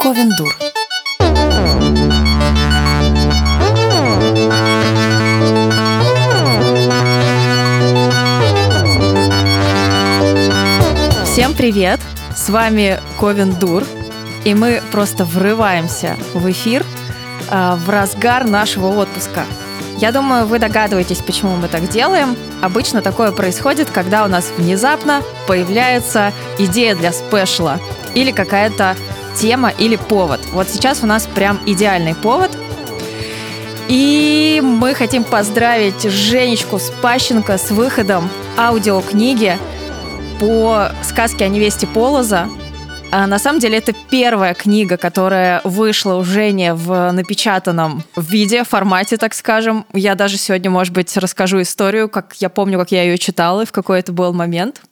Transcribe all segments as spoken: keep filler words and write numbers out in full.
Ковендур. Всем привет! С вами Ковендур, и мы просто врываемся в эфир э, в разгар нашего отпуска. Я думаю, вы догадываетесь, почему мы так делаем. Обычно такое происходит, когда у нас внезапно появляется идея для спешла или какая-то тема или повод. Вот сейчас у нас прям идеальный повод. И мы хотим поздравить Женечку Спащенко с выходом аудиокниги по сказке о невесте Полоза. А на самом деле это первая книга, которая вышла у Жени в напечатанном виде, формате, так скажем. Я даже сегодня, может быть, расскажу историю, как я помню, как я ее читала и в какой это был момент.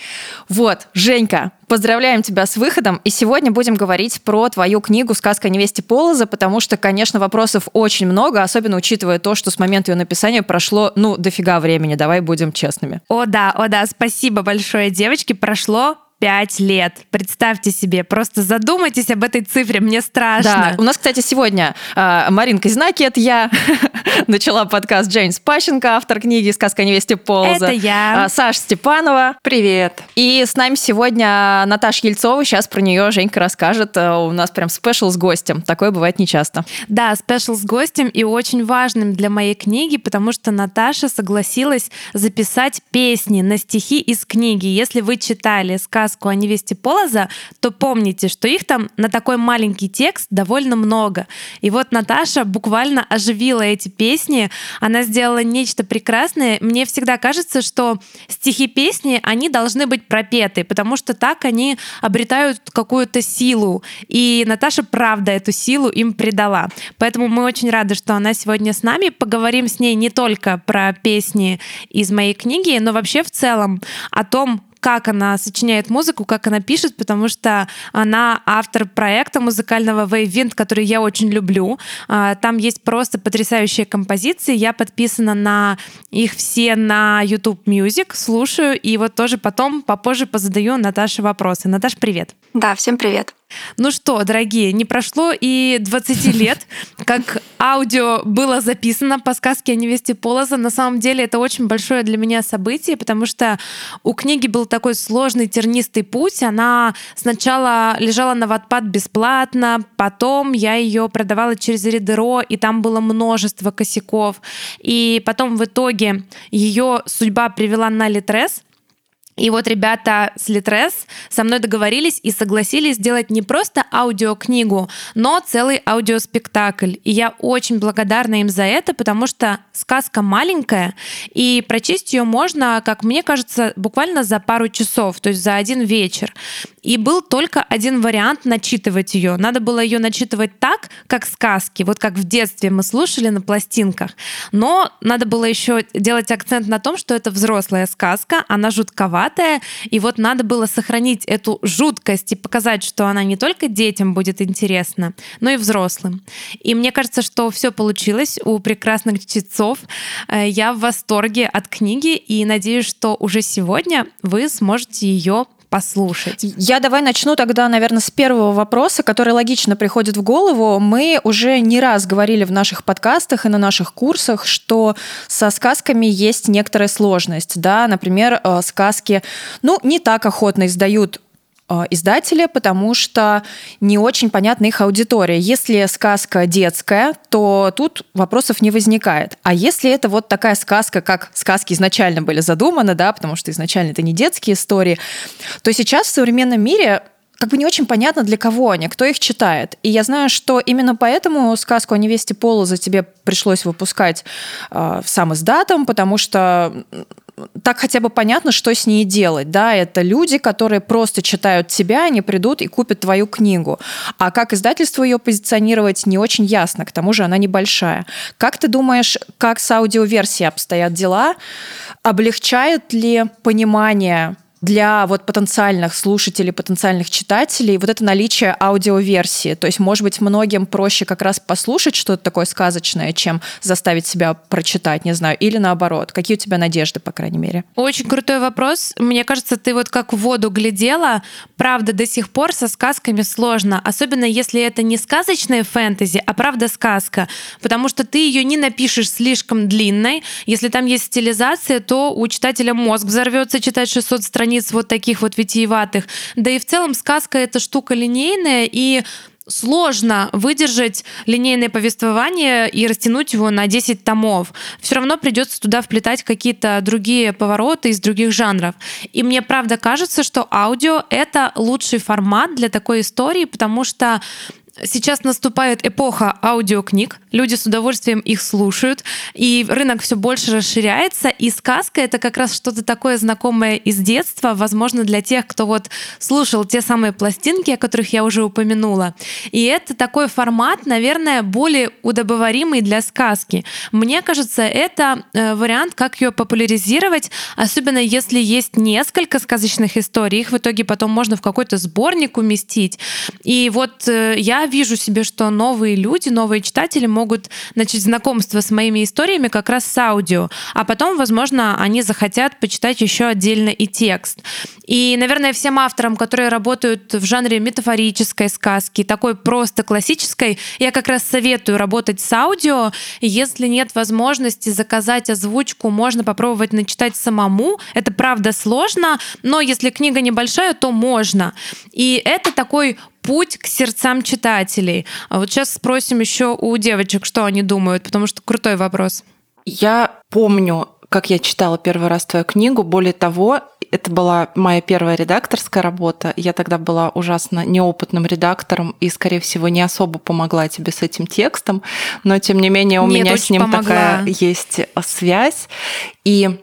Вот, Женька, поздравляем тебя с выходом, и сегодня будем говорить про твою книгу «Сказка о невесте Полоза», потому что, конечно, вопросов очень много, особенно учитывая то, что с момента ее написания прошло, ну, дофига времени, давай будем честными. О да, о да, спасибо большое, девочки, прошло пять лет. Представьте себе, просто задумайтесь об этой цифре, мне страшно. Да, у нас, кстати, сегодня э, Маринка Знаки, это я, начала подкаст Жень Спащенко, автор книги «Сказка о невесте Полоза». Это я. Э, Саша Степанова. Привет. И с нами сегодня Наташа Ельцова, сейчас про нее Женька расскажет. Э, у нас прям спешл с гостем, такое бывает нечасто. Да, спешл с гостем и очень важным для моей книги, потому что Наташа согласилась записать песни на стихи из книги. Если вы читали сказку о невесте Полоза, то помните, что их там на такой маленький текст довольно много. И вот Наташа буквально оживила эти песни, она сделала нечто прекрасное. Мне всегда кажется, что стихи песни, они должны быть пропеты, потому что так они обретают какую-то силу. И Наташа, правда, эту силу им придала. Поэтому мы очень рады, что она сегодня с нами. Поговорим с ней не только про песни из моей книги, но вообще в целом о том, как она сочиняет музыку, как она пишет, потому что она автор проекта музыкального Wavewind, который я очень люблю. Там есть просто потрясающие композиции. Я подписана на их все на YouTube Music, слушаю, и вот тоже потом, попозже позадаю Наташе вопросы. Наташ, привет. Да, всем привет. Ну что, дорогие, не прошло и двадцати лет, как аудио было записано по сказке о невесте Полоза. На самом деле это очень большое для меня событие, потому что у книги был такой сложный тернистый путь. Она сначала лежала на Wattpad бесплатно, потом я ее продавала через Ридеро, и там было множество косяков. И потом в итоге ее судьба привела на Литрес. И вот ребята с Литрес со мной договорились и согласились сделать не просто аудиокнигу, но целый аудиоспектакль. И я очень благодарна им за это, потому что сказка маленькая, и прочесть ее можно, как мне кажется, буквально за пару часов, то есть за один вечер. И был только один вариант начитывать ее. Надо было ее начитывать так, как сказки, вот как в детстве мы слушали на пластинках. Но надо было еще делать акцент на том, что это взрослая сказка, она жутковатая, и вот надо было сохранить эту жуткость и показать, что она не только детям будет интересна, но и взрослым. И мне кажется, что все получилось у прекрасных чтецов. Я в восторге от книги и надеюсь, что уже сегодня вы сможете ее послушать. Я давай начну тогда, наверное, с первого вопроса, который логично приходит в голову. Мы уже не раз говорили в наших подкастах и на наших курсах, что со сказками есть некоторая сложность. Да? Например, сказки ну, не так охотно издают издатели, потому что не очень понятна их аудитория. Если сказка детская, то тут вопросов не возникает. А если это вот такая сказка, как сказки изначально были задуманы, да, потому что изначально это не детские истории, то сейчас в современном мире как бы не очень понятно, для кого они, кто их читает. И я знаю, что именно поэтому сказку о невесте Полоза тебе пришлось выпускать э, сам издатом, потому что так хотя бы понятно, что с ней делать. Да? Это люди, которые просто читают тебя, они придут и купят твою книгу. А как издательство ее позиционировать, не очень ясно. К тому же она небольшая. Как ты думаешь, как с аудиоверсией обстоят дела? Облегчает ли понимание для вот потенциальных слушателей, потенциальных читателей вот это наличие аудиоверсии. То есть, может быть, многим проще как раз послушать что-то такое сказочное, чем заставить себя прочитать, не знаю, или наоборот. Какие у тебя надежды, по крайней мере? Очень крутой вопрос. Мне кажется, ты вот как в воду глядела. Правда, до сих пор со сказками сложно, особенно если это не сказочная фэнтези, а правда сказка, потому что ты ее не напишешь слишком длинной. Если там есть стилизация, то у читателя мозг взорвется читать шестьсот страниц вот таких вот витиеватых. Да и в целом сказка — это штука линейная, и сложно выдержать линейное повествование и растянуть его на десять томов. Все равно придется туда вплетать какие-то другие повороты из других жанров. И мне правда кажется, что аудио — это лучший формат для такой истории, потому что сейчас наступает эпоха аудиокниг, люди с удовольствием их слушают, и рынок все больше расширяется, и сказка — это как раз что-то такое знакомое из детства, возможно, для тех, кто вот слушал те самые пластинки, о которых я уже упомянула. И это такой формат, наверное, более удобоваримый для сказки. Мне кажется, это вариант, как ее популяризировать, особенно если есть несколько сказочных историй, их в итоге потом можно в какой-то сборник уместить. И вот я вижу себе, что новые люди, новые читатели могут начать знакомство с моими историями как раз с аудио, а потом, возможно, они захотят почитать еще отдельно и текст. И, наверное, всем авторам, которые работают в жанре метафорической сказки, такой просто классической, я как раз советую работать с аудио. Если нет возможности заказать озвучку, можно попробовать начитать самому. Это правда сложно, но если книга небольшая, то можно. И это такой путь к сердцам читателей. А вот сейчас спросим еще у девочек, что они думают, потому что крутой вопрос. Я помню, как я читала первый раз твою книгу. Более того, это была моя первая редакторская работа. Я тогда была ужасно неопытным редактором и, скорее всего, не особо помогла тебе с этим текстом. Но, тем не менее, у Нет, меня с ним помогла. такая есть связь. И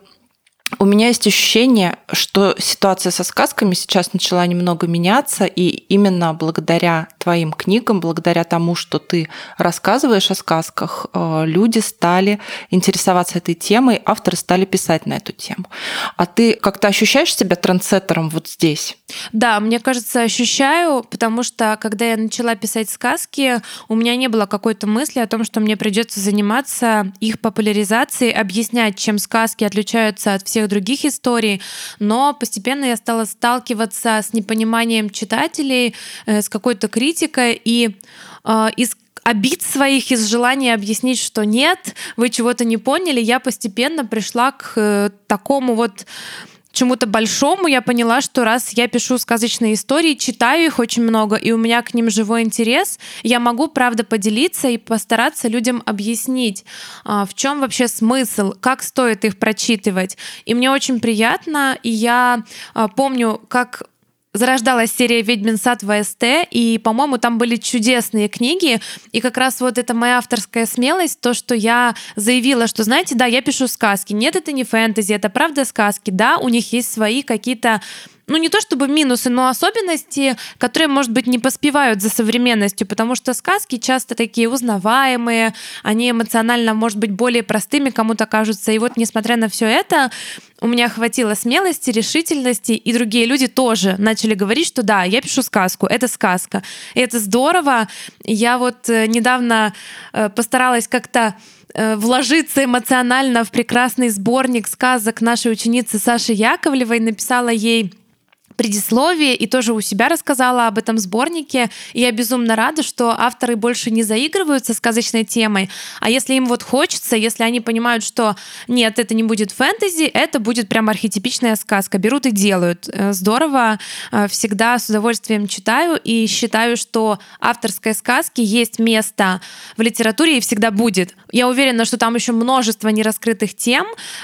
у меня есть ощущение, что ситуация со сказками сейчас начала немного меняться, и именно благодаря твоим книгам, благодаря тому, что ты рассказываешь о сказках, люди стали интересоваться этой темой, авторы стали писать на эту тему. А ты как-то ощущаешь себя трендсеттером вот здесь? Да, мне кажется, ощущаю, потому что когда я начала писать сказки, у меня не было какой-то мысли о том, что мне придется заниматься их популяризацией, объяснять, чем сказки отличаются от всех других историй, но постепенно я стала сталкиваться с непониманием читателей, с какой-то критикой, и э, из обид своих, из желания объяснить, что нет, вы чего-то не поняли, я постепенно пришла к э, такому вот чему-то большому. Я поняла, что раз я пишу сказочные истории, читаю их очень много, и у меня к ним живой интерес, я могу, правда, поделиться и постараться людям объяснить, в чем вообще смысл, как стоит их прочитывать. И мне очень приятно, и я помню, как зарождалась серия «Ведьмин сад» в АСТ, и, по-моему, там были чудесные книги, и как раз вот это моя авторская смелость, то, что я заявила, что, знаете, да, я пишу сказки, нет, это не фэнтези, это правда сказки, да, у них есть свои какие-то, ну не то чтобы минусы, но особенности, которые, может быть, не поспевают за современностью, потому что сказки часто такие узнаваемые, они эмоционально, может быть, более простыми кому-то кажутся. И вот, несмотря на все это, у меня хватило смелости, решительности, и другие люди тоже начали говорить, что да, я пишу сказку, это сказка. И это здорово. Я вот недавно постаралась как-то вложиться эмоционально в прекрасный сборник сказок нашей ученицы Саши Яковлевой, написала ей предисловие и тоже у себя рассказала об этом сборнике. И я безумно рада, что авторы больше не заигрывают со сказочной темой, а если им вот хочется, если они понимают, что нет, это не будет фэнтези, это будет прям архетипичная сказка, берут и делают. Здорово, всегда с удовольствием читаю и считаю, что авторской сказке есть место в литературе и всегда будет. Я уверена, что там еще множество нераскрытых тем,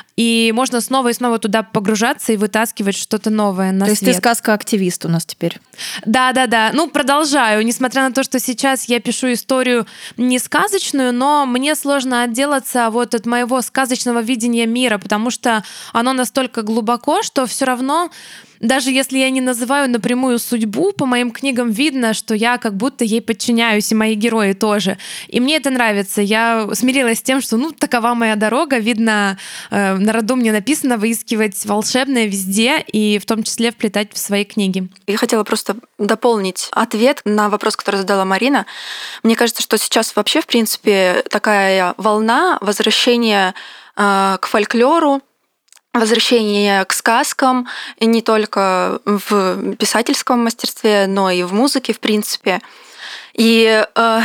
и можно снова и снова туда погружаться и вытаскивать что-то новое на То свет. есть ты сказка-активист у нас теперь. Да-да-да. Ну, продолжаю. Несмотря на то, что сейчас я пишу историю не сказочную, но мне сложно отделаться вот от моего сказочного видения мира, потому что оно настолько глубоко, что все равно даже если я не называю напрямую судьбу, по моим книгам видно, что я как будто ей подчиняюсь, и мои герои тоже. И мне это нравится. Я смирилась с тем, что ну такова моя дорога. Видно, э, на роду мне написано выискивать волшебное везде, и в том числе вплетать в свои книги. Я хотела просто дополнить ответ на вопрос, который задала Марина. Мне кажется, что сейчас вообще, в принципе, такая волна возвращения э, к фольклору, возвращение к сказкам, и не только в писательском мастерстве, но и в музыке, в принципе. И э,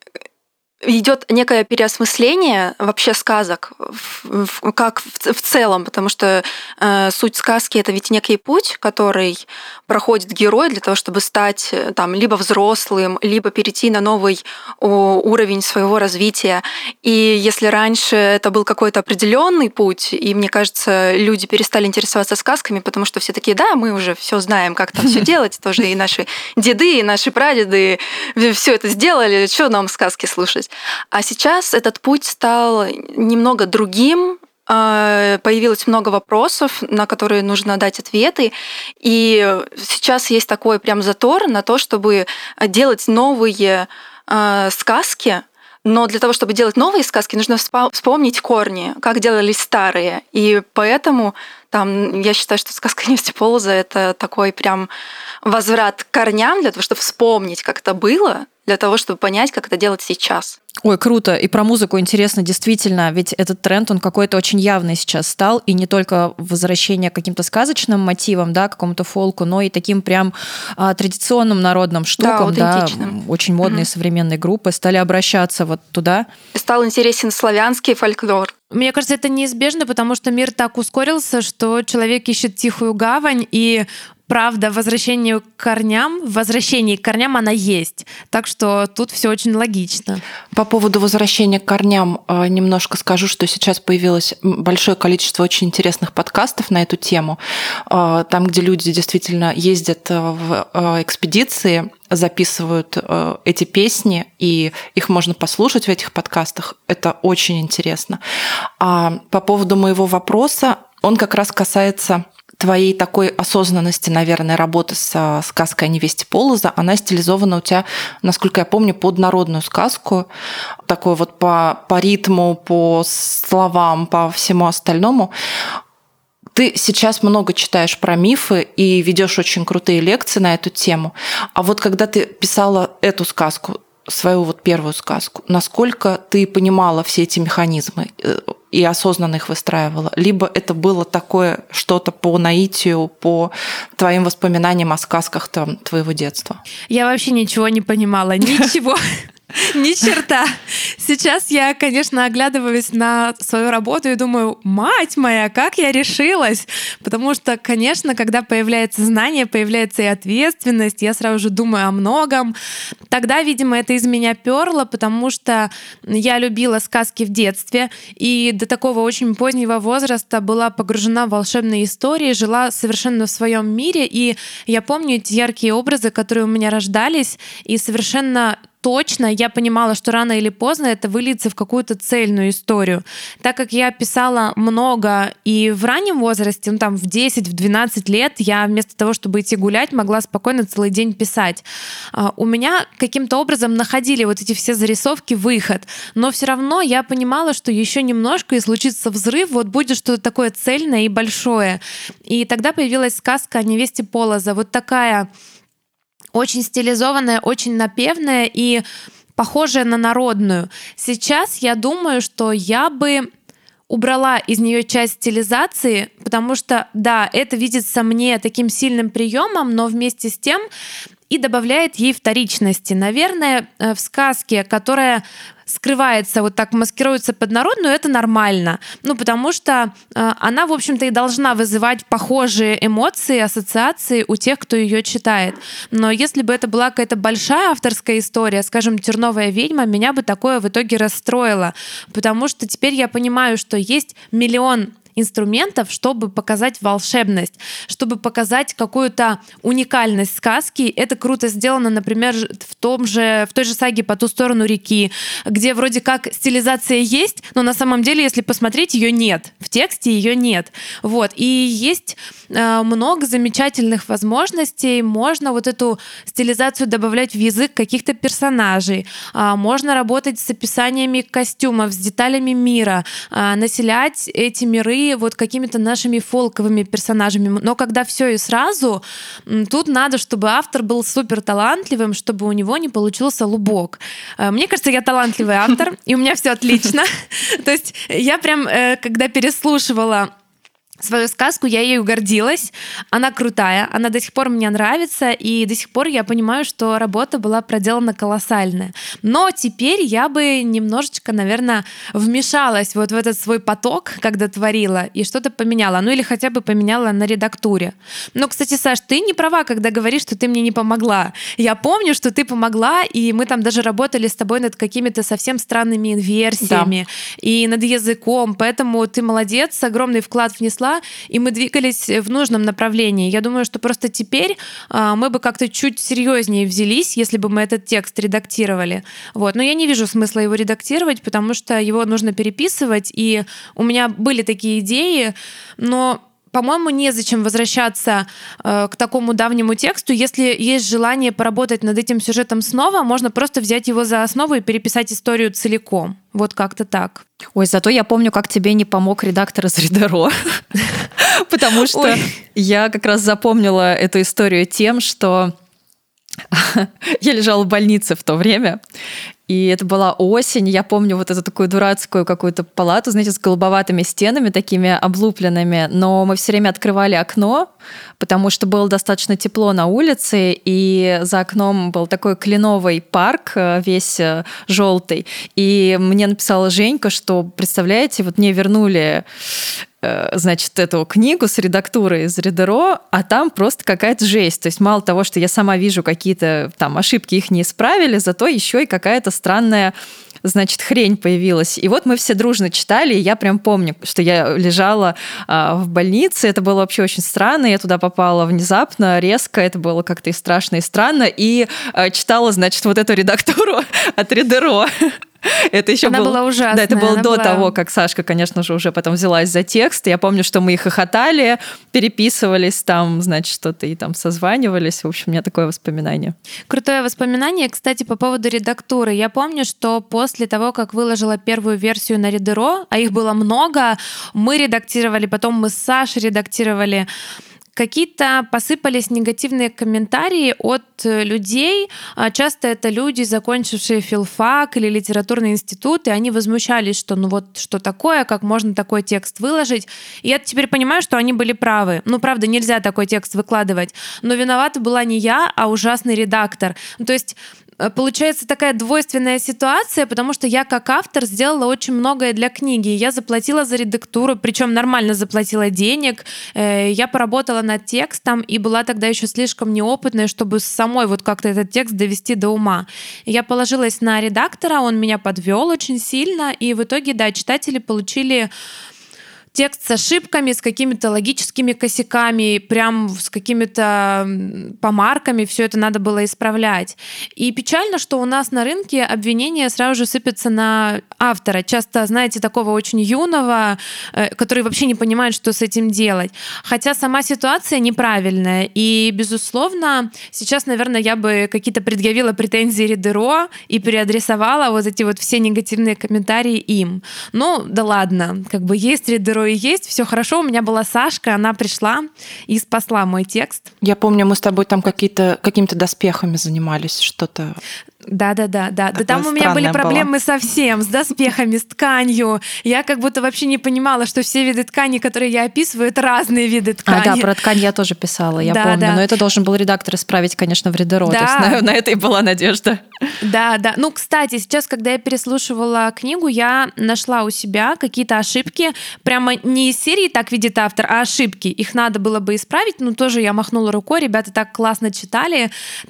идет некое переосмысление вообще сказок, в, в, как в, в целом, потому что э, суть сказки — это ведь некий путь, который проходит герой для того, чтобы стать там, либо взрослым, либо перейти на новый о, уровень своего развития. И если раньше это был какой-то определенный путь, и мне кажется, люди перестали интересоваться сказками, потому что все такие, да, мы уже все знаем, как там все делать, тоже и наши деды, и наши прадеды все это сделали, что нам сказки слушать? А сейчас этот путь стал немного другим, появилось много вопросов, на которые нужно дать ответы, и сейчас есть такой прям затор на то, чтобы делать новые сказки. Но для того, чтобы делать новые сказки, нужно вспомнить корни, как делались старые. И поэтому там, я считаю, что сказка «Невесть Полоза» — это такой прям возврат к корням для того, чтобы вспомнить, как это было, для того, чтобы понять, как это делать сейчас. Ой, круто. И про музыку интересно, действительно, ведь этот тренд, он какой-то очень явный сейчас стал, и не только возвращение к каким-то сказочным мотивам, да, к какому-то фолку, но и таким прям а, традиционным народным штукам, да, да, очень модные mm-hmm. современные группы стали обращаться вот туда. Стал интересен славянский фольклор. Мне кажется, это неизбежно, потому что мир так ускорился, что человек ищет тихую гавань, и правда, возвращение к корням, возвращение к корням она есть. Так что тут все очень логично. По поводу возвращения к корням немножко скажу, что сейчас появилось большое количество очень интересных подкастов на эту тему. Там, где люди действительно ездят в экспедиции, записывают эти песни, и их можно послушать в этих подкастах. Это очень интересно. А по поводу моего вопроса, он как раз касается твоей такой осознанности, наверное, работы со сказкой о невесте Полоза. Она стилизована у тебя, насколько я помню, под народную сказку, такой вот по, по ритму, по словам, по всему остальному. Ты сейчас много читаешь про мифы и ведешь очень крутые лекции на эту тему. А вот когда ты писала эту сказку, свою вот первую сказку, насколько ты понимала все эти механизмы и осознанно их выстраивала? Либо это было такое что-то по наитию, по твоим воспоминаниям о сказках там, твоего детства? Я вообще ничего не понимала, ничего. Ни черта. Сейчас я, конечно, оглядываюсь на свою работу и думаю, мать моя, как я решилась? Потому что, конечно, когда появляется знание, появляется и ответственность, я сразу же думаю о многом. Тогда, видимо, это из меня перло, потому что я любила сказки в детстве, и до такого очень позднего возраста была погружена в волшебные истории, жила совершенно в своем мире, и я помню эти яркие образы, которые у меня рождались, и совершенно точно я понимала, что рано или поздно это выльется в какую-то цельную историю. Так как я писала много и в раннем возрасте, ну там в десять-двенадцать лет, я вместо того, чтобы идти гулять, могла спокойно целый день писать. У меня каким-то образом находили вот эти все зарисовки выход, но все равно я понимала, что еще немножко и случится взрыв, вот будет что-то такое цельное и большое. И тогда появилась сказка о невесте Полоза. Вот такая очень стилизованная, очень напевная и похожая на народную. Сейчас я думаю, что я бы убрала из нее часть стилизации, потому что, да, это видится мне таким сильным приемом, но вместе с тем и добавляет ей вторичности. Наверное, в сказке, которая скрывается, вот так маскируется под народную, это нормально. Ну, потому что э, она, в общем-то, и должна вызывать похожие эмоции, ассоциации у тех, кто ее читает. Но если бы это была какая-то большая авторская история, скажем, «Терновая ведьма», меня бы такое в итоге расстроило. Потому что теперь я понимаю, что есть миллион инструментов, чтобы показать волшебность, чтобы показать какую-то уникальность сказки. Это круто сделано, например, в том же, в той же саге «По ту сторону реки», где вроде как стилизация есть, но на самом деле, если посмотреть, ее нет. В тексте ее нет. Вот. И есть э, много замечательных возможностей. Можно вот эту стилизацию добавлять в язык каких-то персонажей. Э, можно работать с описаниями костюмов, с деталями мира, э, населять эти миры вот какими-то нашими фолковыми персонажами. Но когда все и сразу, тут надо, чтобы автор был супер талантливым, чтобы у него не получился лубок. Э, мне кажется, я талантливый автор, и у меня все отлично. То есть я прям, э, когда переслушивала свою сказку, я ею гордилась. Она крутая, она до сих пор мне нравится, и до сих пор я понимаю, что работа была проделана колоссальная. Но теперь я бы немножечко, наверное, вмешалась вот в этот свой поток, когда творила, и что-то поменяла. Ну или хотя бы поменяла на редактуре. Но, кстати, Саш, ты не права, когда говоришь, что ты мне не помогла. Я помню, что ты помогла, и мы там даже работали с тобой над какими-то совсем странными инверсиями, да, и над языком, поэтому ты молодец, огромный вклад внесла, и мы двигались в нужном направлении. Я думаю, что просто теперь а, мы бы как-то чуть серьезнее взялись, если бы мы этот текст редактировали. Вот. Но я не вижу смысла его редактировать, потому что его нужно переписывать, и у меня были такие идеи, но по-моему, незачем возвращаться э, к такому давнему тексту. Если есть желание поработать над этим сюжетом снова, можно просто взять его за основу и переписать историю целиком. Вот как-то так. Ой, зато я помню, как тебе не помог редактор из Ридеро. Потому что я как раз запомнила эту историю тем, что я лежала в больнице в то время, и это была осень. Я помню вот эту такую дурацкую какую-то палату, знаете, с голубоватыми стенами, такими облупленными. Но мы все время открывали окно, потому что было достаточно тепло на улице, и за окном был такой кленовый парк, весь желтый. И мне написала Женька, что, представляете, вот мне вернули, значит, эту книгу с редактурой из Ридеро, а там просто какая-то жесть. То есть мало того, что я сама вижу какие-то там ошибки, их не исправили, зато еще и какая-то странная, значит, хрень появилась. И вот мы все дружно читали, и я прям помню, что я лежала а, в больнице, это было вообще очень странно, я туда попала внезапно, резко, это было как-то и страшно, и странно, и а, читала, значит, вот эту редактуру от Ридеро. Это еще Она был... была ужасная. Да, это было до была... того, как Сашка, конечно же, уже потом взялась за текст. Я помню, что мы их хохотали, переписывались там, значит, что-то и там созванивались. В общем, у меня такое воспоминание. Крутое воспоминание. Кстати, по поводу редактуры. Я помню, что после того, как выложила первую версию на Ридеро, а их было много, мы редактировали, потом мы с Сашей редактировали, какие-то посыпались негативные комментарии от людей. Часто это люди, закончившие филфак или литературный институт, и они возмущались, что ну вот что такое, как можно такой текст выложить. И я теперь понимаю, что они были правы. Ну, правда, нельзя такой текст выкладывать. Но виновата была не я, а ужасный редактор. То есть получается такая двойственная ситуация, потому что я как автор сделала очень многое для книги. Я заплатила за редактуру, причем нормально заплатила денег. Я поработала над текстом и была тогда еще слишком неопытная, чтобы самой вот как-то этот текст довести до ума. Я положилась на редактора, он меня подвел очень сильно, и в итоге, да, читатели получили текст с ошибками, с какими-то логическими косяками, прям с какими-то помарками, все это надо было исправлять. И печально, что у нас на рынке обвинения сразу же сыпятся на автора. Часто, знаете, такого очень юного, который вообще не понимает, что с этим делать. Хотя сама ситуация неправильная. И, безусловно, сейчас, наверное, я бы какие-то предъявила претензии Ридеро и переадресовала вот эти вот все негативные комментарии им. Ну, да ладно, как бы есть Ридеро и есть, все хорошо. У меня была Сашка, она пришла и спасла мой текст. Я помню, мы с тобой там какие-то, какими-то доспехами занимались, что-то. Да-да-да, да. Да там у меня были проблемы была. совсем с доспехами, с тканью. Я как будто вообще не понимала, что все виды ткани, которые я описываю, это разные виды ткани. А, да, про ткань я тоже писала, я да, помню. Да. Но это должен был редактор исправить, конечно, в Ридеро. Да. То есть на, на это и была надежда. Да, да. Ну, кстати, сейчас, когда я переслушивала книгу, я нашла у себя какие-то ошибки. Прямо не из серии «Так видит автор», а ошибки. Их надо было бы исправить, но тоже я махнула рукой. Ребята так классно читали, так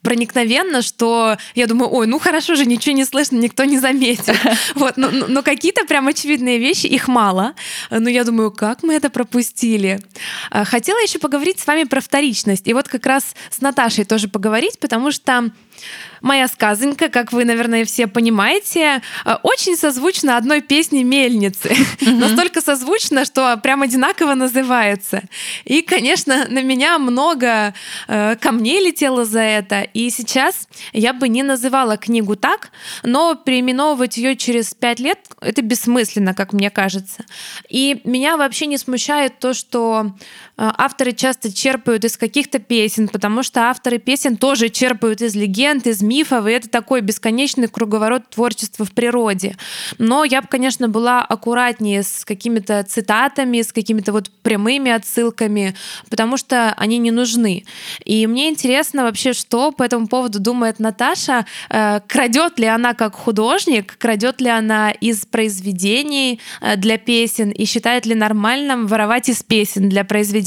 проникновенно, что я думаю, ой, ну хорошо же, ничего не слышно, никто не заметит. Вот, но, но какие-то прям очевидные вещи, их мало. Но я думаю, как мы это пропустили? Хотела еще поговорить с вами про вторичность. И вот как раз с Наташей тоже поговорить, потому что моя сказонька, как вы, наверное, все понимаете, очень созвучна одной песне «Мельницы». Mm-hmm. Настолько созвучна, что прям одинаково называется. И, конечно, на меня много э, камней летело за это. И сейчас я бы не называла книгу так, но переименовывать ее через пять лет — это бессмысленно, как мне кажется. И меня вообще не смущает то, что авторы часто черпают из каких-то песен, потому что авторы песен тоже черпают из легенд, из мифов, и это такой бесконечный круговорот творчества в природе. Но я бы, конечно, была аккуратнее с какими-то цитатами, с какими-то вот прямыми отсылками, потому что они не нужны. И мне интересно вообще, что по этому поводу думает Наташа. Крадет ли она как художник, крадет ли она из произведений для песен, и считает ли нормальным воровать из песен для произведений?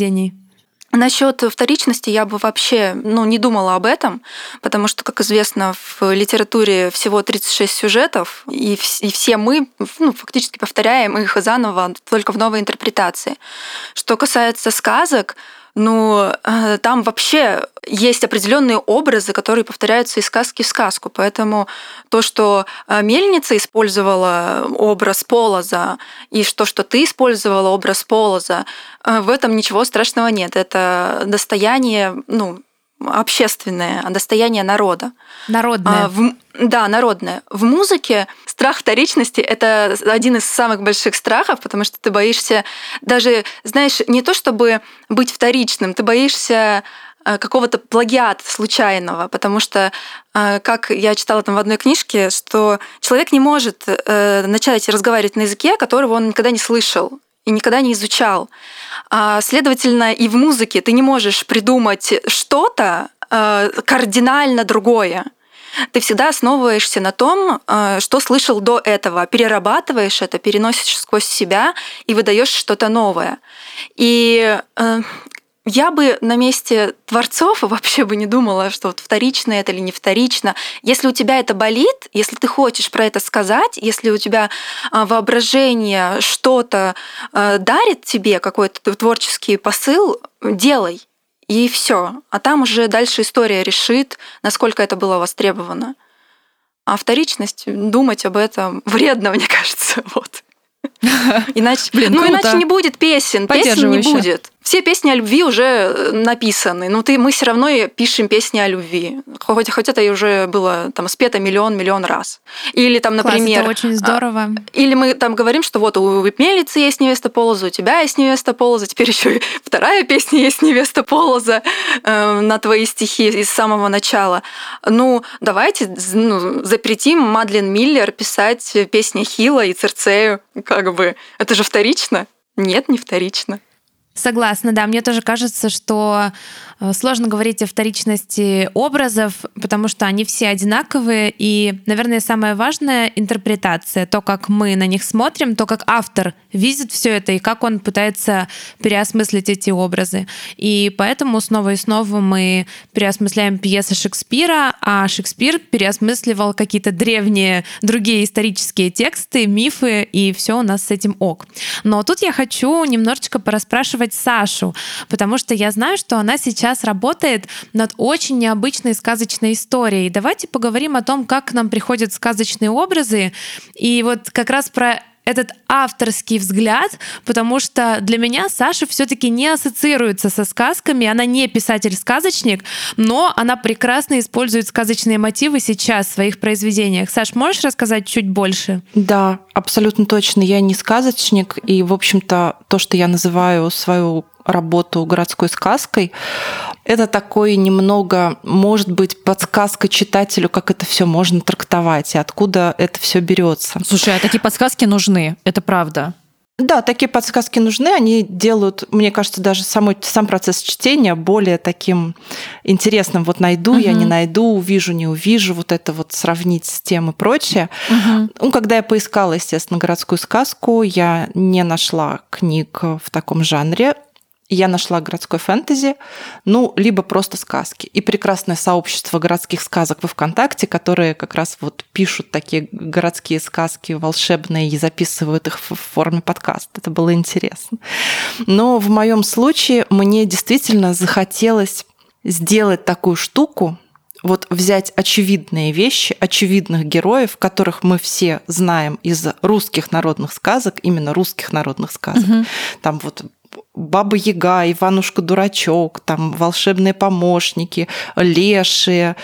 Насчет вторичности я бы вообще ну, не думала об этом, потому что, как известно, в литературе всего тридцать шесть сюжетов, и, и все мы ну, фактически повторяем их заново, только в новой интерпретации. Что касается сказок, ну, там вообще есть определенные образы, которые повторяются из сказки в сказку. Поэтому то, что мельница использовала образ Полоза, и то, что ты использовала образ Полоза, в этом ничего страшного нет. Это достояние, ну, общественное, достояние народа. Народное. В, да, народное. В музыке страх вторичности — это один из самых больших страхов, потому что ты боишься даже, знаешь, не то чтобы быть вторичным, ты боишься какого-то плагиата случайного, потому что, как я читала там в одной книжке, что человек не может начать разговаривать на языке, которого он никогда не слышал и никогда не изучал. Следовательно, и в музыке ты не можешь придумать что-то кардинально другое. Ты всегда основываешься на том, что слышал до этого, перерабатываешь это, переносишь сквозь себя и выдаешь что-то новое. И я бы на месте творцов вообще бы не думала, что вот вторично это или не вторично. Если у тебя это болит, если ты хочешь про это сказать, если у тебя воображение что-то дарит тебе, какой-то творческий посыл, делай. И все. А там уже дальше история решит, насколько это было востребовано. А вторичность, думать об этом вредно, мне кажется. Вот. Иначе, Блин, ну, иначе не будет песен, песен не будет. Все песни о любви уже написаны, но ты, мы все равно пишем песни о любви, хоть, хоть это и уже было там спето миллион-миллион раз. Или там, например... Класс, это очень здорово. Или мы там говорим, что вот у мельницы есть невеста Полоза, у тебя есть невеста Полоза, теперь еще и вторая песня есть невеста Полоза э, на твои стихи из самого начала. Ну, давайте ну, запретим Мадлен Миллер писать песни Хила и Цирцею, как бы. Это же вторично? Нет, не вторично. Согласна, да. Мне тоже кажется, что сложно говорить о вторичности образов, потому что они все одинаковые. И, наверное, самое важное — интерпретация. То, как мы на них смотрим, то, как автор видит все это и как он пытается переосмыслить эти образы. И поэтому снова и снова мы переосмысляем пьесы Шекспира, а Шекспир переосмысливал какие-то древние другие исторические тексты, мифы, и все у нас с этим ок. Но тут я хочу немножечко порасспрашивать Сашу, потому что я знаю, что она сейчас работает над очень необычной сказочной историей. Давайте поговорим о том, как к нам приходят сказочные образы, и вот как раз про этот авторский взгляд, потому что для меня Саша все-таки не ассоциируется со сказками, она не писатель-сказочник, но она прекрасно использует сказочные мотивы сейчас в своих произведениях. Саш, можешь рассказать чуть больше? Да, абсолютно точно. Я не сказочник, и, в общем-то, то, что я называю свою работу городской сказкой, это такой немного, может быть, подсказка читателю, как это все можно трактовать и откуда это все берется. Слушай, а такие подсказки нужны, это правда. Да, такие подсказки нужны, они делают, мне кажется, даже самый, сам процесс чтения более таким интересным. Вот найду uh-huh. я, не найду, увижу, не увижу, вот это вот сравнить с тем и прочее. Uh-huh. Ну, когда я поискала, естественно, городскую сказку, я не нашла книг в таком жанре. я нашла городской фэнтези, ну, либо просто сказки. И прекрасное сообщество городских сказок во ВКонтакте, которые как раз вот пишут такие городские сказки волшебные и записывают их в форме подкаста. Это было интересно. Но в моем случае мне действительно захотелось сделать такую штуку, вот взять очевидные вещи, очевидных героев, которых мы все знаем из русских народных сказок, именно русских народных сказок. Угу. Там вот Баба-Яга, Иванушка-дурачок, там волшебные помощники, лешие,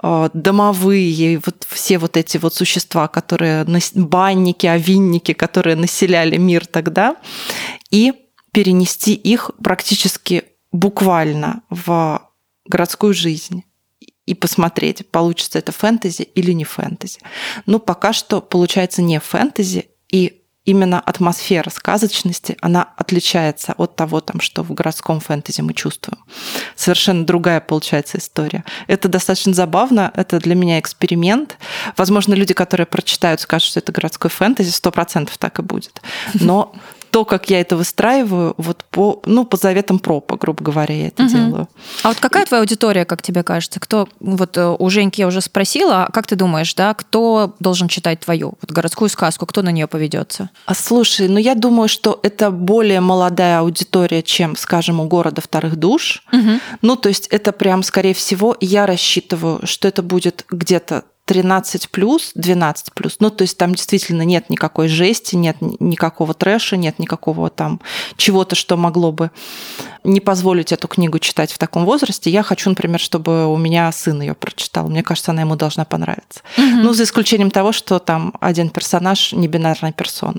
домовые, вот все вот эти вот существа, которые банники, овинники, которые населяли мир тогда, и перенести их практически буквально в городскую жизнь и посмотреть, получится это фэнтези или не фэнтези. Ну, пока что получается не фэнтези, и именно атмосфера сказочности, она отличается от того, там, что в городском фэнтези мы чувствуем. Совершенно другая получается история. Это достаточно забавно, это для меня эксперимент. Возможно, люди, которые прочитают, скажут, что это городской фэнтези, сто процентов так и будет. Но то, как я это выстраиваю, вот по, ну, по заветам пропа, грубо говоря, я это угу. делаю. А вот какая твоя аудитория, как тебе кажется? Кто, вот у Женьки я уже спросила, как ты думаешь, да, кто должен читать твою вот городскую сказку, кто на нее поведется? А слушай, ну я думаю, что это более молодая аудитория, чем, скажем, у города вторых душ. Угу. Ну, то есть это прям, скорее всего, я рассчитываю, что это будет где-то тринадцать плюс, двенадцать плюс. Ну, то есть там действительно нет никакой жести, нет никакого трэша, нет никакого там чего-то, что могло бы не позволить эту книгу читать в таком возрасте. Я хочу, например, чтобы у меня сын ее прочитал. Мне кажется, она ему должна понравиться. Угу. Ну, за исключением того, что там один персонаж не бинарная персона.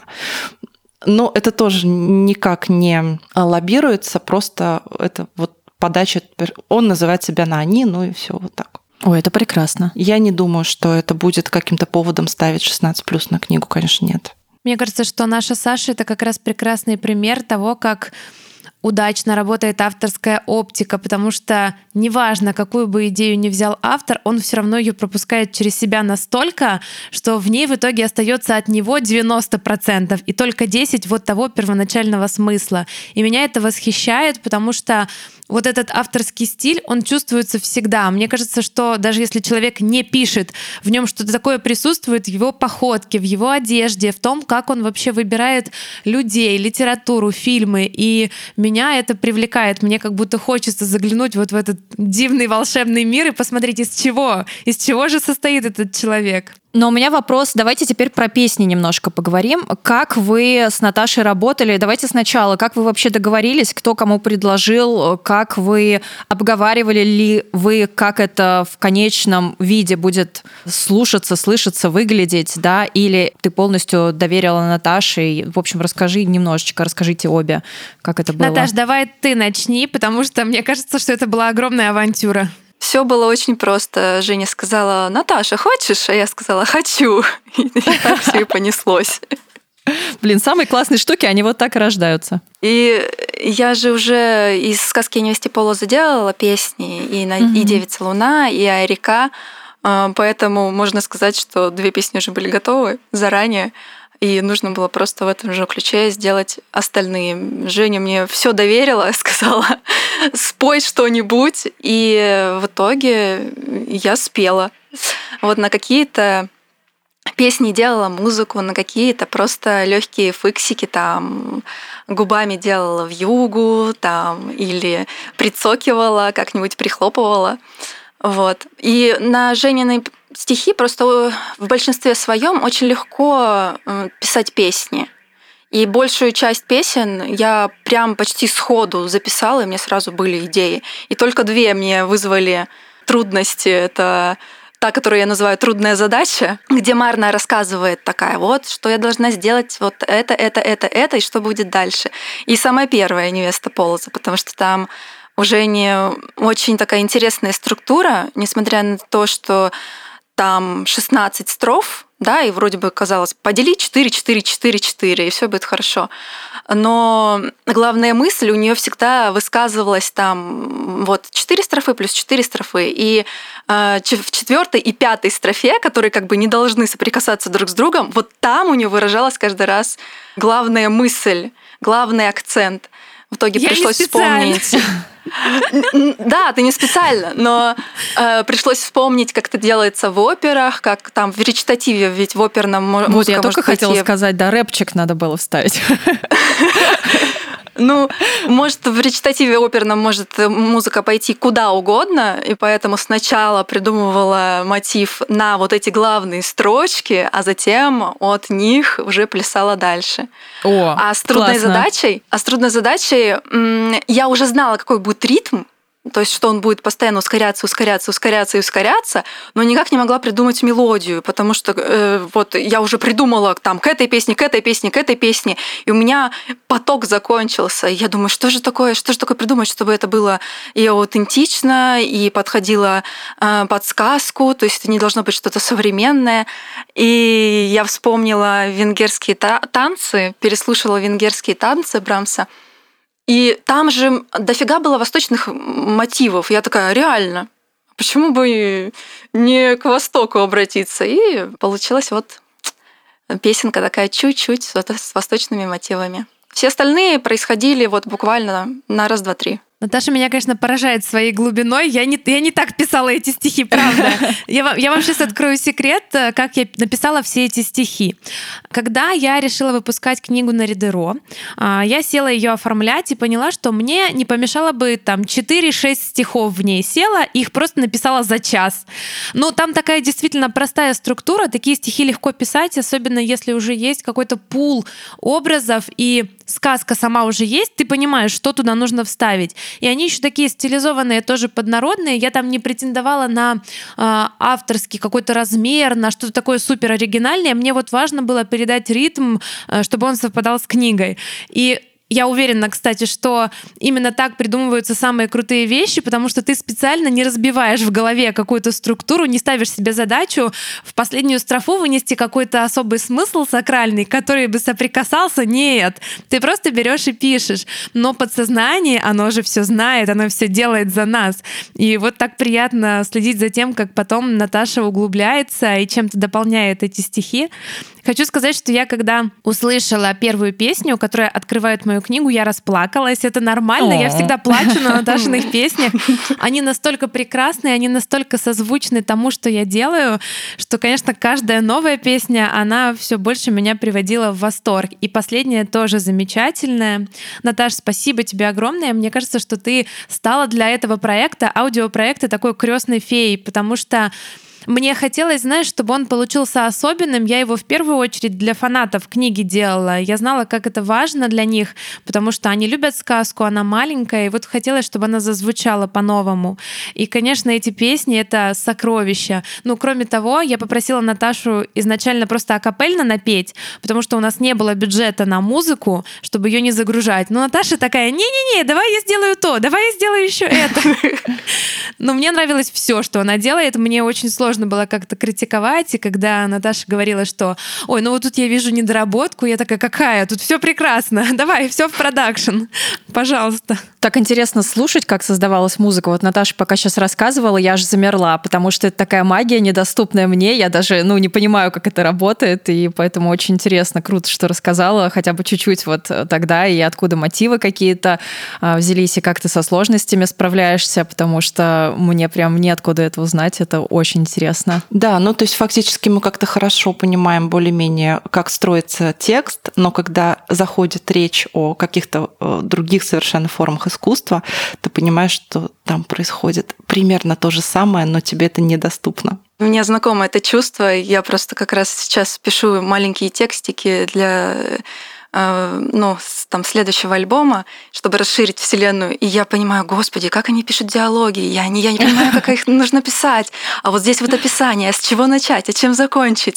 Но это тоже никак не лоббируется, просто это вот подача. Он называет себя на «они», ну и все вот так. Ой, это прекрасно. Я не думаю, что это будет каким-то поводом ставить шестнадцать плюс на книгу, конечно, нет. Мне кажется, что наша Саша — это как раз прекрасный пример того, как удачно работает авторская оптика, потому что неважно, какую бы идею ни взял автор, он все равно ее пропускает через себя настолько, что в ней в итоге остается от него девяносто процентов и только десять процентов вот того первоначального смысла. И меня это восхищает, потому что вот этот авторский стиль, он чувствуется всегда. Мне кажется, что даже если человек не пишет, в нем что-то такое присутствует в его походке, в его одежде, в том, как он вообще выбирает людей, литературу, фильмы. И меня это привлекает. Мне как будто хочется заглянуть вот в этот дивный волшебный мир и посмотреть, из чего, из чего же состоит этот человек. Но у меня вопрос, давайте теперь про песни немножко поговорим. Как вы с Наташей работали? Давайте сначала, как вы вообще договорились, кто кому предложил, как вы обговаривали ли вы, как это в конечном виде будет слушаться, слышаться, выглядеть, да, или ты полностью доверила Наташе? В общем, расскажи немножечко, расскажите обе, как это было. Наташ, давай ты начни, потому что мне кажется, что это была огромная авантюра. Все было очень просто. Женя сказала: Наташа, хочешь? А я сказала: хочу. И так все и понеслось. Блин, самые классные штуки, они вот так и рождаются. И я же уже из сказки о невесте Полоза делала песни, и, на, mm-hmm. и «Девица Луна», и «Айрека», поэтому можно сказать, что две песни уже были готовы заранее. И нужно было просто в этом же ключе сделать остальные. Женя мне все доверила, сказала: спой что-нибудь. И в итоге я спела. Вот на какие-то песни делала музыку, на какие-то просто легкие фиксики, там губами делала вьюгу, там, или прицокивала, как-нибудь прихлопывала. Вот. И на Жениной стихи просто в большинстве своем очень легко писать песни. И большую часть песен я прям почти сходу записала, и мне сразу были идеи. И только две мне вызвали трудности. Это та, которую я называю «Трудная задача», где Марна рассказывает такая: вот, что я должна сделать, вот это, это, это, это, и что будет дальше. И самая первая «Невеста Полоза», потому что там уже не очень такая интересная структура, несмотря на то, что там шестнадцать строф, да, и вроде бы казалось, подели четыре, четыре, четыре, четыре, и все будет хорошо. Но главная мысль у нее всегда высказывалась там вот четыре строфы плюс четыре строфы. И э, в четвертой и пятой строфе, которые как бы не должны соприкасаться друг с другом, вот там у нее выражалась каждый раз главная мысль, главный акцент. в итоге Я пришлось не специально. вспомнить. Да, ты не специально, но э, пришлось вспомнить, как это делается в операх, как там в речитативе, ведь в оперном мо- Вот музыка я только может хотела пойти- сказать, да, рэпчик надо было вставить. Ну, может, в речитативе оперном может музыка пойти куда угодно, и поэтому сначала придумывала мотив на вот эти главные строчки, а затем от них уже плясала дальше. О, А с трудной классно. задачей, а с трудной задачей м, я уже знала, какой будет ритм, то есть что он будет постоянно ускоряться, ускоряться, ускоряться и ускоряться, но никак не могла придумать мелодию, потому что э, вот я уже придумала там к этой песне, к этой песне, к этой песне, и у меня поток закончился. И я думаю, что же такое, что же такое придумать, чтобы это было и аутентично, и подходило э, под сказку, то есть это не должно быть что-то современное. И я вспомнила венгерские та- танцы, переслушала венгерские танцы Брамса. И там же дофига было восточных мотивов. Я такая, реально, почему бы не к востоку обратиться? И получилась вот песенка такая чуть-чуть с восточными мотивами. Все остальные происходили вот буквально на раз, два, три. Наташа меня, конечно, поражает своей глубиной. Я не, я не так писала эти стихи, правда. Я вам, я вам сейчас открою секрет, как я написала все эти стихи. Когда я решила выпускать книгу на Ридеро, я села ее оформлять и поняла, что мне не помешало бы там четыре-шесть стихов в ней. Села, их просто написала за час. Но там такая действительно простая структура, такие стихи легко писать, особенно если уже есть какой-то пул образов и сказка сама уже есть, ты понимаешь, что туда нужно вставить. И они еще такие стилизованные, тоже поднародные. Я там не претендовала на э, авторский какой-то размер, на что-то такое супер оригинальное. Мне вот важно было передать ритм, э, чтобы он совпадал с книгой. И я уверена, кстати, что именно так придумываются самые крутые вещи, потому что ты специально не разбиваешь в голове какую-то структуру, не ставишь себе задачу в последнюю строфу вынести какой-то особый смысл сакральный, который бы соприкасался. Нет, ты просто берешь и пишешь. Но подсознание, оно же все знает, оно все делает за нас. И вот так приятно следить за тем, как потом Наташа углубляется и чем-то дополняет эти стихи. Хочу сказать, что я, когда услышала первую песню, которая открывает мою книгу, я расплакалась. Это нормально, я всегда плачу на Наташиных песнях. Они настолько прекрасные, они настолько созвучны тому, что я делаю, что, конечно, каждая новая песня, она все больше меня приводила в восторг. И последняя тоже замечательная. Наташ, спасибо тебе огромное. Мне кажется, что ты стала для этого проекта, аудиопроекта, такой крестной феей, потому что мне хотелось, знаешь, чтобы он получился особенным. Я его в первую очередь для фанатов книги делала. Я знала, как это важно для них, потому что они любят сказку, она маленькая, и вот хотелось, чтобы она зазвучала по-новому. И, конечно, эти песни — это сокровища. Ну, кроме того, я попросила Наташу изначально просто акапельно напеть, потому что у нас не было бюджета на музыку, чтобы ее не загружать. Но Наташа такая: не-не-не, давай я сделаю то, давай я сделаю еще это. Но мне нравилось все, что она делает. Мне очень сложно было как-то критиковать, и когда Наташа говорила, что ой, ну вот тут я вижу недоработку, я такая: какая? Тут все прекрасно, давай, все в продакшн, пожалуйста. Так интересно слушать, как создавалась музыка. Вот Наташа пока сейчас рассказывала, я аж замерла, потому что это такая магия, недоступная мне. Я даже ну, не понимаю, как это работает, и поэтому очень интересно, круто, что рассказала хотя бы чуть-чуть вот тогда, и откуда мотивы какие-то взялись, и как ты со сложностями справляешься, потому что мне прям неоткуда это узнать, это очень интересно. Да, ну то есть фактически мы как-то хорошо понимаем более-менее, как строится текст, но когда заходит речь о каких-то других совершенно формах искусства, ты понимаешь, что там происходит примерно то же самое, но тебе это недоступно. Мне знакомо это чувство. Я просто как раз сейчас пишу маленькие текстики для ну, там, следующего альбома, чтобы расширить вселенную. И я понимаю: господи, как они пишут диалоги. Я не, я не понимаю, как их нужно писать. А вот здесь вот описание, с чего начать, а чем закончить.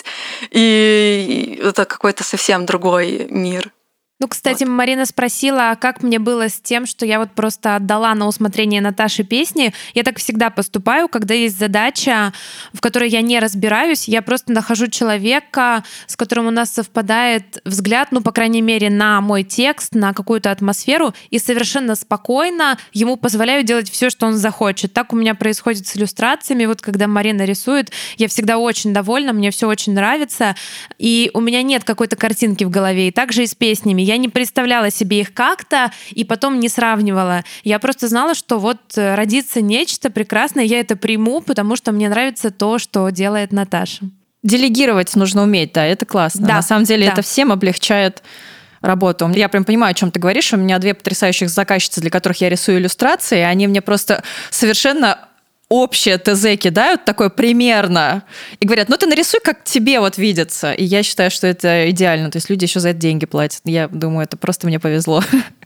И это какой-то совсем другой мир. Ну, кстати, вот. Марина спросила, как мне было с тем, что я вот просто отдала на усмотрение Наташи песни. Я так всегда поступаю, когда есть задача, в которой я не разбираюсь, я просто нахожу человека, с которым у нас совпадает взгляд, ну, по крайней мере, на мой текст, на какую-то атмосферу, и совершенно спокойно ему позволяю делать все, что он захочет. Так у меня происходит с иллюстрациями. Вот когда Марина рисует, я всегда очень довольна, мне все очень нравится, и у меня нет какой-то картинки в голове. И также и с песнями. Я не представляла себе их как-то и потом не сравнивала. Я просто знала, что вот родится нечто прекрасное, я это приму, потому что мне нравится то, что делает Наташа. Делегировать нужно уметь, да, это классно. Да, На самом деле да. это всем облегчает работу. Я прям понимаю, о чем ты говоришь. У меня две потрясающих заказчицы, для которых я рисую иллюстрации, они мне просто совершенно общее ТЗ кидают, такое примерно, и говорят, ну ты нарисуй, как тебе вот видится. И я считаю, что это идеально. То есть люди еще за это деньги платят. Я думаю, это просто мне повезло.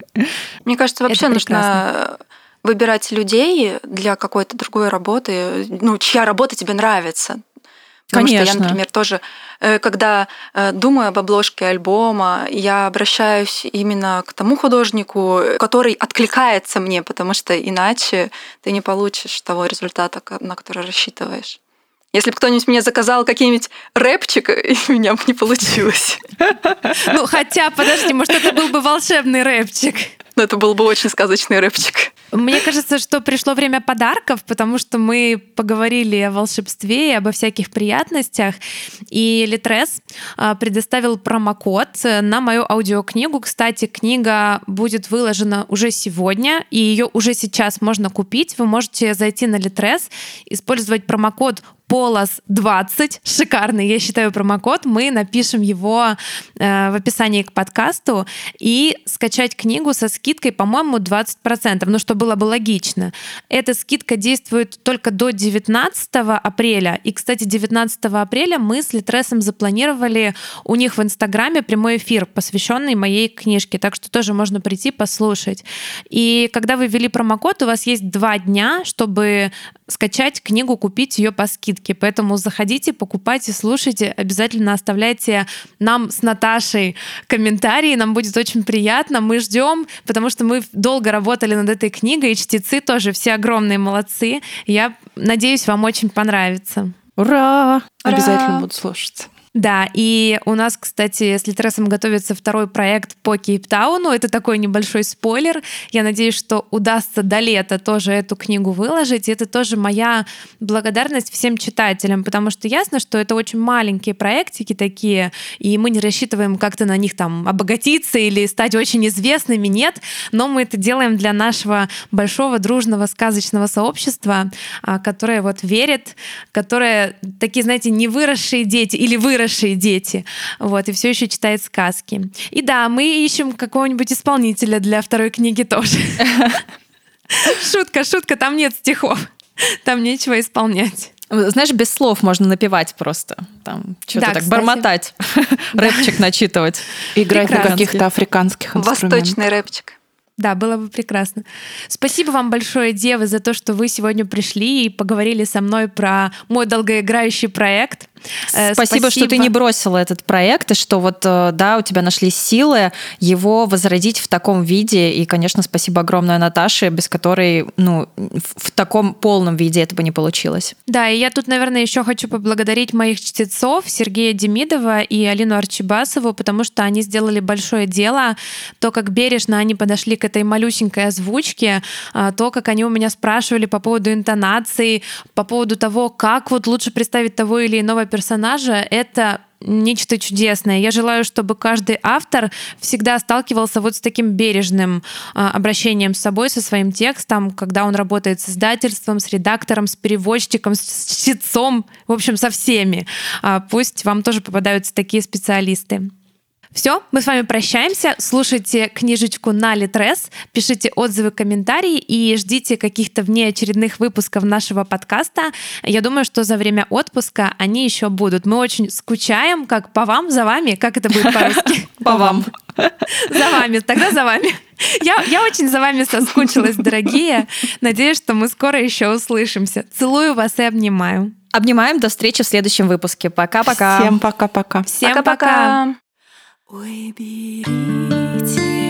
Мне кажется, вообще Это нужно прекрасно. выбирать людей для какой-то другой работы, ну, чья работа тебе нравится. Потому Конечно. что я, например, тоже, э, когда э, думаю об обложке альбома, я обращаюсь именно к тому художнику, который откликается мне, потому что иначе ты не получишь того результата, ко- на который рассчитываешь. Если бы кто-нибудь мне заказал какой-нибудь рэпчик, у меня бы не получилось. Ну, хотя, подожди, может, это был бы волшебный рэпчик. Но это был бы очень сказочный рэпчик. Мне кажется, что пришло время подарков, потому что мы поговорили о волшебстве и обо всяких приятностях. И Литрес а, предоставил промокод на мою аудиокнигу. Кстати, книга будет выложена уже сегодня, и ее уже сейчас можно купить. Вы можете зайти на Литрес, использовать промокод Полос двадцать, шикарный, я считаю, промокод. Мы напишем его э, в описании к подкасту и скачать книгу со скидкой, по-моему, двадцать процентов, ну, что было бы логично. Эта скидка действует только до девятнадцатого апреля. И, кстати, девятнадцатого апреля мы с Литресом запланировали у них в Инстаграме прямой эфир, посвященный моей книжке, так что тоже можно прийти послушать. И когда вы ввели промокод, у вас есть два дня, чтобы скачать книгу, купить ее по скидке. Поэтому заходите, покупайте, слушайте, обязательно оставляйте нам с Наташей комментарии, нам будет очень приятно, мы ждем, потому что мы долго работали над этой книгой, и чтецы тоже все огромные молодцы. Я надеюсь, вам очень понравится. Ура! Обязательно буду слушать. Да, и у нас, кстати, с Литресом готовится второй проект по Кейптауну. Это такой небольшой спойлер. Я надеюсь, что удастся до лета тоже эту книгу выложить. И это тоже моя благодарность всем читателям, потому что ясно, что это очень маленькие проектики такие, и мы не рассчитываем как-то на них там обогатиться или стать очень известными, нет. Но мы это делаем для нашего большого дружного сказочного сообщества, которое вот верит, которое такие, знаете, невыросшие дети или выросшие дети, вот, и все еще читает сказки. И да, мы ищем какого-нибудь исполнителя для второй книги тоже. Шутка, шутка, там нет стихов, там нечего исполнять. Знаешь, без слов можно напевать просто. Там что-то Да, так кстати. бормотать, рэпчик начитывать. Играть на Прекрасно. каких-то африканских инструментах. Восточный рэпчик. Да, было бы прекрасно. Спасибо вам большое, девы, за то, что вы сегодня пришли и поговорили со мной про мой долгоиграющий проект. Э, Спасибо, что ты не бросила этот проект, и что вот, э, да, у тебя нашлись силы его возродить в таком виде. И, конечно, спасибо огромное Наташе, без которой, ну, в в таком полном виде это бы не получилось. Да, и я тут, наверное, еще хочу поблагодарить моих чтецов Сергея Демидова и Алину Арчибасову, потому что они сделали большое дело. То, как бережно они подошли к этой малюсенькой озвучке, а, то, как они у меня спрашивали по поводу интонации, по поводу того, как вот лучше представить того или иного персонажа, это нечто чудесное. Я желаю, чтобы каждый автор всегда сталкивался вот с таким бережным а, обращением с собой, со своим текстом, когда он работает с издательством, с редактором, с переводчиком, с чтецом, в общем, со всеми. А, пусть вам тоже попадаются такие специалисты. Все, мы с вами прощаемся. Слушайте книжечку на Литрес, пишите отзывы, комментарии и ждите каких-то внеочередных выпусков нашего подкаста. Я думаю, что за время отпуска они еще будут. Мы очень скучаем, как по вам, за вами. Как это будет по-русски? По вам. За вами, тогда за вами. Я, я очень за вами соскучилась, дорогие. Надеюсь, что мы скоро еще услышимся. Целую вас и обнимаю. Обнимаем, до встречи в следующем выпуске. Пока-пока. Всем пока-пока. Всем Пока-пока. пока. Ой, берите